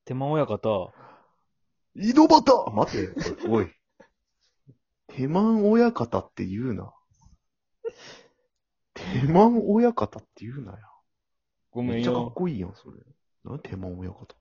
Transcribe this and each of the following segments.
手間親方。 井戸端待てよ、おい。手満親方って言うな。手満親方って言うなよ。 ごめんめっちゃかっよ。 こいいやん、それ。何手満親方って。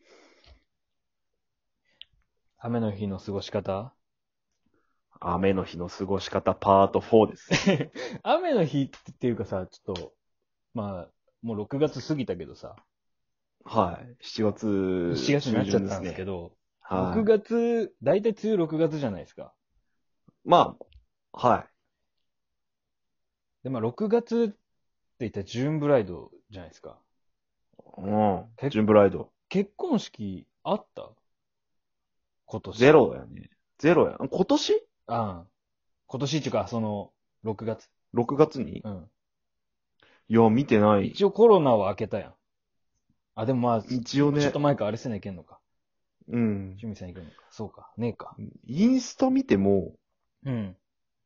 雨の日の過ごし方。 雨の日の過ごし方パート4です。 雨の日っていうかさ、ちょっと、まあ、もう6月過ぎたけどさ、 はい。7月 7月になっちゃったんですけど、 ど、 はい。 6月、だいたい梅雨6月じゃないですか。 まあ、はい。 で、まあ6月って言ったらジューンブライドじゃないですか。 うん。ジュンブライド。 結婚式あった今年。 ゼロやね。ゼロや。今年ああ。今年っていうか、6月。 ?6 月にうん。 いや、見てない。 一応コロナは明けたやん。あ、でもまあ、 一応ねちょっと前か、あれせないけんのか。 うん。 趣味さん行くのか。そうか。ねえか。 インスタ見ても、 うん。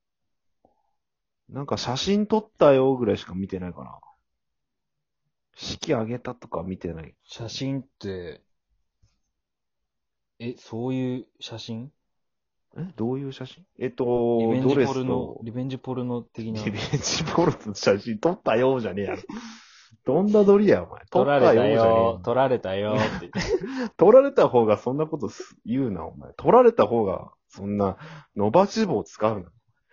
なんか写真撮ったよぐらいしか見てないかな。式あげたとか見てない。 写真って、そういう写真どういう写真リベンドレジポルノスと、、 リベンジポルノ的な。 リベンジポルトの写真撮ったよじゃねえやろ。どんな撮りや、お前。撮撮ったよじゃねえられたよよ。 撮られたよって言って。 撮られた方がそんなこと言うな、お前。撮られた方が、そんな、伸ばし棒使うな。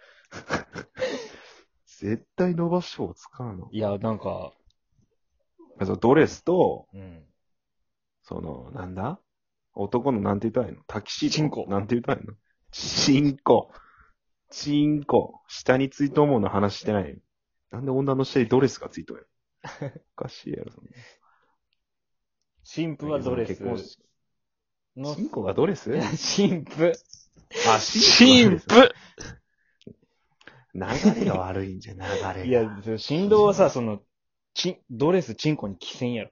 絶対伸ばし棒使うの。 いや、なんか、 ドレスと、 うん。 なんだ男のなんて言ったらいいのタキシードチンコなんて言ったらいいのチンコ。チンコ。下についと思うの話してない。なんで女の下にドレスがついとんや。おかしいやろ、そんな。 新婦はドレス結婚式。 の。 チンコがドレス新婦。 あ、 新婦流れが悪いんじゃ、流れが。 いや、振動はさ、ドレスチンコに着せんやろ。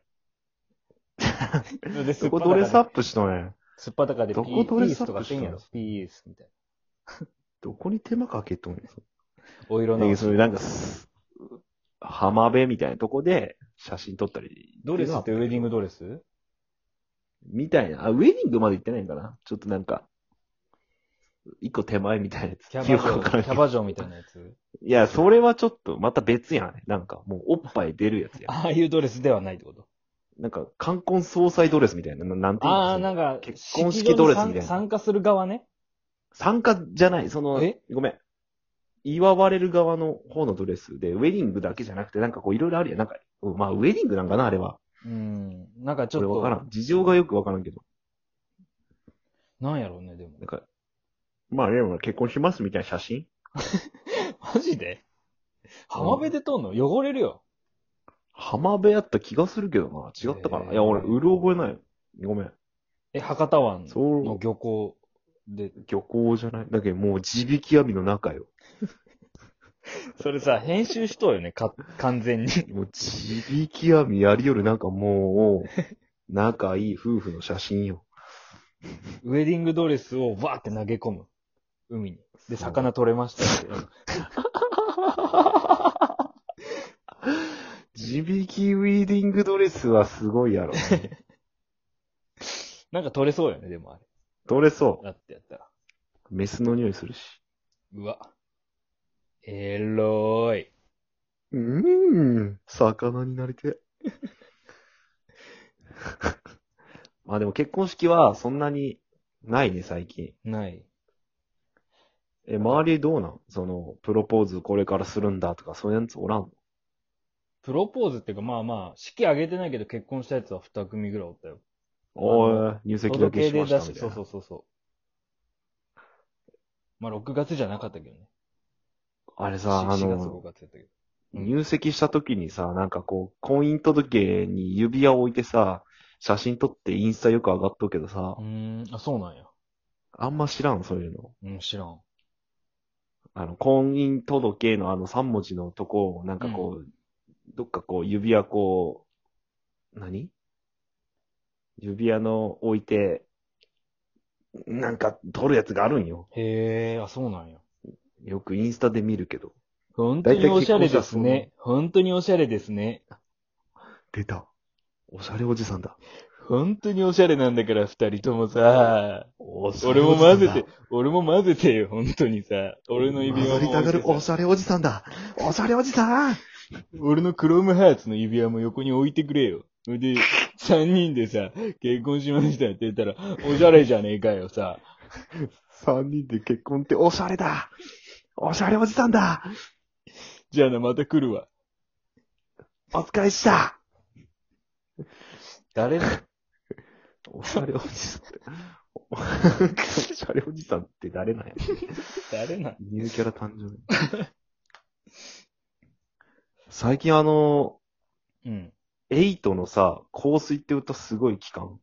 で、 どこドレスアップしとんや。 すっぱだかでどこドレスピースとアップしたのかせんやろ。ピースみたいどこに手間かけとんや。 な。お色直し。 それなんか浜辺みたいなとこで写真撮ったり。 ドレスってウェディングドドレスみたいな。ウェディングまで行ってないんかなちょっとなんか、一個手前みたいなやつ。 キャよくわからんけどバ嬢みたいなやついや、それはちょっと、また別やん。なんか、もうおっぱい出るやつやん。 ああいうドレスではないってことなんか、冠婚葬祭ドレスみたいな。なんていうのああ、なんか、 結婚式ドレスみたいな。 参加する側ね。 参加じゃない、ごめん。祝われる側の方のドレスで、ウェディングだけじゃなくて、なんかこういろいろあるやん。なんか、まあ、ウェディングなんかな、あれは。 なんかちょっと、 これわからん。事情がよくわからんけど。 なんやろうね、でもなん。か、まあ、でも結婚しますみたいな写真マジで浜辺で撮んの汚れるよ。 浜辺やった気がするけどな。違ったかな。いや、俺、うる覚えない。ごめん。 博多湾そうの漁港で。 漁港じゃないだけど、もう地引き網の中よ。 それさ、編集しとうよね、完全に。 もう地引き網やりよるなんかもう、仲いい夫婦の写真よ。 ウェディングドレスをバーって投げ込む。海に。で、 そう魚取れましたって。 地引きウェディングドレスはすごいやろ、ね。 なんか取れそうよね、でもあれ。 取れそだってやったら。 う。メスの匂いするし。 うわ。エローい。 魚になりてえ。まあでも結婚式はそんなにないね、最近。 ない。 周りどうなんプロポーズこれからするんだとか、そういうやつおらんのプロポーズっていうか、まあまあ、式挙げてないけど結婚したやつは2組ぐらいおったよ。 おい、入籍だけしましたみたいな。 そうそう。まあ6月じゃなかったけどね。 あれさ、 4月5月やったけど。うん入籍した時にさ、なんかこう、婚姻届に指輪を置いてさ、写真撮ってインスタよく上がっとくけどさ、 あ、そうなんや。 あんま知らん、そういうの。 知らん。 婚姻届の3文字のとこを、なんかこう、どっかこう、指輪こう、指輪の置いて、なんか撮るやつがあるんよ。 へえ、あ、そうなんや。 よくインスタで見るけど。 本当におしゃれですね。本当におしゃれですね。 出た。おしゃれおじさんだ。 本当におしゃれなんだから、二人ともさ。俺も混ぜてよ、本当にさ。俺の指輪混ざりたがるも置いてさおしゃれおじさんだ。おしゃれおじさん。 俺のクロムハーツの指輪も横に置いてくれよ。それで、三人でさ、結婚しましたって言ったら、おしゃれじゃねえかよさ。 三人で結婚っておしゃれだ。おしゃれおじさんだ。 じゃあな、また来るわ。 お疲れした。 誰だおしゃれおじさんって。おしゃれおじさんって誰なんや。 誰なニューキャラ誕生。最近うん。 エイトのさ、香水って歌すごい聞かん。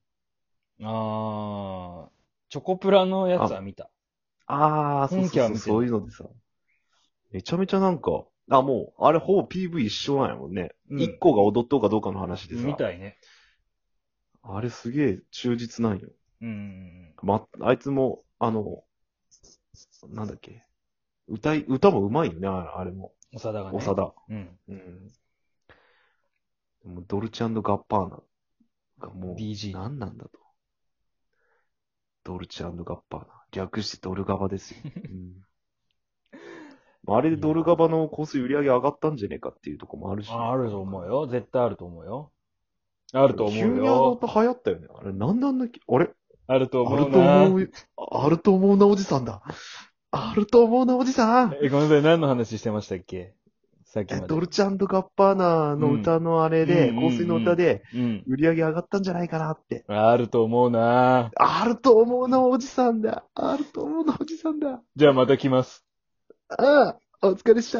チョコプラのやつは見た。 そう本家は見てないそういうのでさ。めちゃめちゃなんか、もう、あれほぼ PV 一緒なんやもんね。 うん一個が踊っとうかどうかの話でさ。 みたいね。 あれすげえ忠実なんよ。 うん。 あいつも、なんだっけ。歌も上手いよね、あれも。 長田がね。 長田。 うん。 うん。でもドルチェガッパーナがもう、 DG 何なんだと。ドルチェガッパーナ。略してドルガバですよ。うんあれでドルガバの香水売り上げ上がったんじゃねえかっていうとこもあるし。 あると思うよ。絶対あると思うよ。あると思う急によ。 流行ったよね。あれ、なんであんな、あれあるとある思うな。 と思う、あると思うなおじさんだ。あると思うなおじさん。 ごめんなさい、何の話してましたっけさっきまで。 ドルチェガッパーナの歌のあれで、 うん香水の歌で、 うん。 売り上げ上がったんじゃないかなって。 あると思うな。 あると思うなおじさんだ。あると思うなおじさんだ。 じゃあまた来ます。 お疲れした。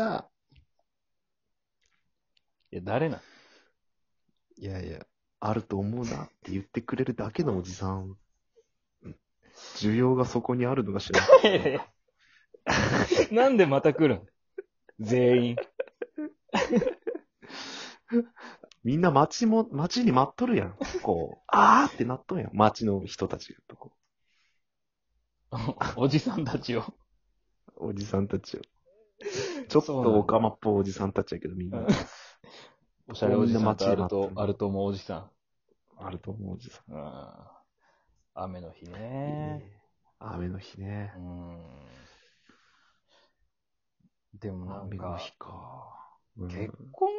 いや、誰な。 いやいや、あると思うなって言ってくれるだけのおじさん。需要がそこにあるのが知らない。 なんでまた来るん全員。 みんな街に待っとるやん。こう、あーってなっとんやん。街の人たちがこおじさんたちを。 うおじさんたちを。ちょっとオカマっぽいおじさんたちやけど、みんな。 おしゃれおじさんとみんな街で待ってるあると思うおじさあると思うおじさん。 ん。雨の日ね。 雨の日ね。 でもなんか雨の日、か。 結婚、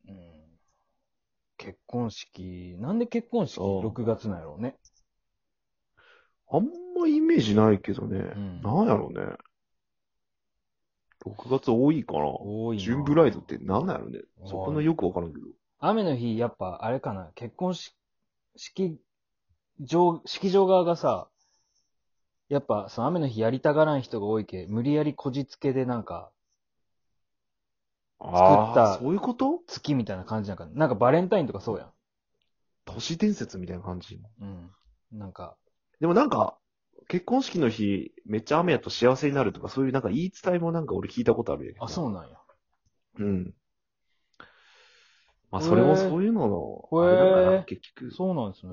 結婚式、なんで結婚式6月なんやろうね。 あんまイメージないけどね。 んなんやろうね。6月多いかな。 多いな。 ジュンブライドってなんなんやろね。そこのよくわからんけど。 雨の日、やっぱあれかな、結婚式場側がさ、やっぱその雨の日やりたがらん人が多いけ、無理やりこじつけでなんか、ったそういうこと月みたいな感じなんかな。なんかバレンタインとかそうやん。 都市伝説みたいな感じ。 なんか。 でもなんか、結婚式の日、めっちゃ雨やと幸せになるとか、そういうなんか言い伝えもなんか俺聞いたことあるやん。 そうなんや。 まあそれもそういうのの、あれだから、結局。 そうなんですね。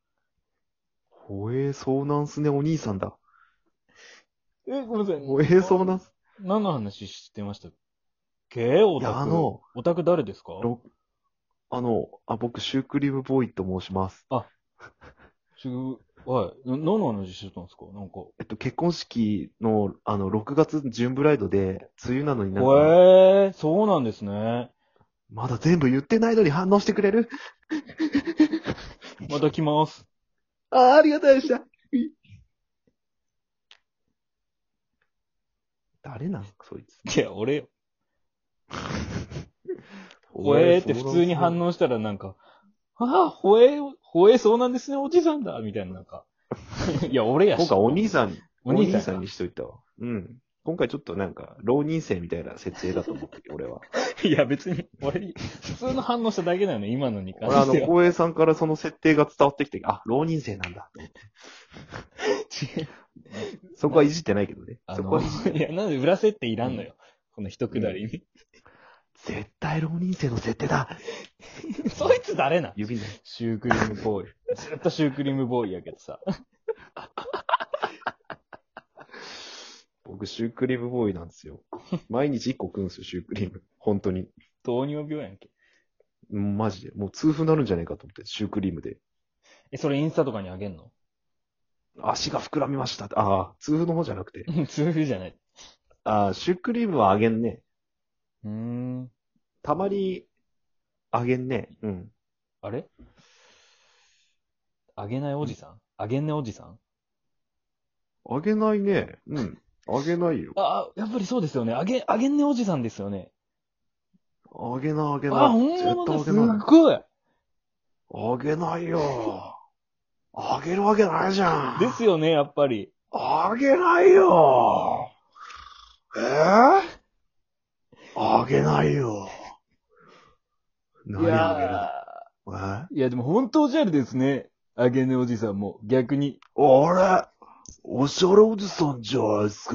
そうなんすね、お兄さんだ。 ごめんなさい。 そうなんす。 何の話してましたっけオタク。オタク誰ですか僕、シュークリームボーイと申します。 はい。何の話してたんですかなんか。 結婚式の、6月ジュンブライドで、梅雨なのになんか。 そうなんですね。 まだ全部言ってないのに反応してくれるまた来ます。 ありがとうございました。誰なんそいつ。 いや、俺よ。って普通に反応したらなんか、吠えそうなんですね、おじさんだみたいななんか。いや、俺やし。 今回お兄さんににしといたわ。今回ちょっとなんか、浪人生みたいな設定だと思ったけど、俺は。 いや、別に、俺、普通の反応しただけなの、今のに関俺しては。 光栄さんからその設定が伝わってきて、浪人生なんだ、と思って。そこはいじってないけどね。そこはいじってない。 いや、なんで裏設定いらんのよ。この一くだりに。 絶対浪人生の設定だ。 そいつ誰なん指ね。 シュークリームボーイ。ずっとシュークリームボーイやけどさ。 僕、シュークリームボーイなんですよ。毎日1個食うんですよ、シュークリーム。本当に。 糖尿病やんけ。 マジで。もう痛風なるんじゃないかと思って、シュークリームで。 それインスタとかにあげんの？ 足が膨らみました。ああ、痛風の方じゃなくて。 痛風じゃない。 ああ、シュークリームはあげんね。 うーん。 たまに、あげんね。うん。 あれあげないおじさんあげんねおじさん？ あげないね。うん。あげないよ。 やっぱりそうですよね。あげんねおじさんですよね。 あげない、あげない。 本絶物だ。すっ対あげない。 ごい。 あげないよ。あげるわけないじゃん。 ですよね、やっぱり。 あげないよ。あげないよ。 い何あげるやの？ いや、でも本当おしゃれですね。あげんねおじさんも、逆に。 あれおしゃれおじさんじゃないっすか。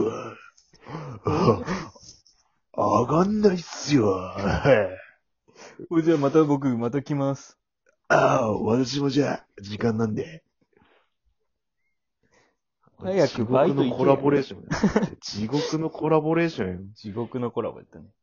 上がんないっすよ。 じゃあ僕、また来ます。 私もじゃあ、時間なんで。 早くバイト行けよ地獄のコラボレーション。地獄のコラボレーションよ。 地獄のコラボやったね。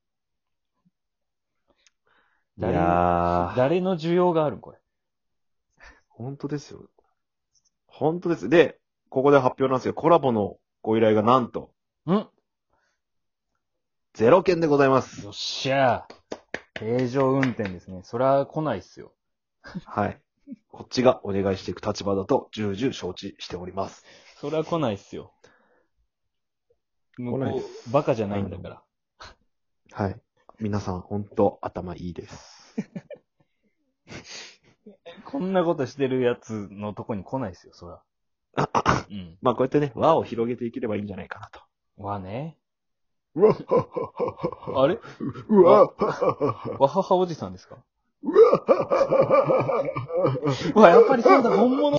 いやー、 誰の需要があるこれ。 本当ですよ。本当です。で、ここで発表なんですよ。コラボのご依頼がなんと、0件でございますよ。っしゃー。平常運転ですね。そりゃ来ないっすよ。 はい。こっちがお願いしていく立場だと重々承知しております。 そりゃ来ないっすよ。向こ来ないでう、バカじゃないんだから。 はい。皆さん、本当頭いいです。 こんなことしてるやつのとこに来ないっすよ、そりゃ。うん。 まあ、こうやってね、輪を広げていければいいんじゃないかなと。 わね。 うわあれうわわははおじさんですか？わ、やっぱりそうだ、本物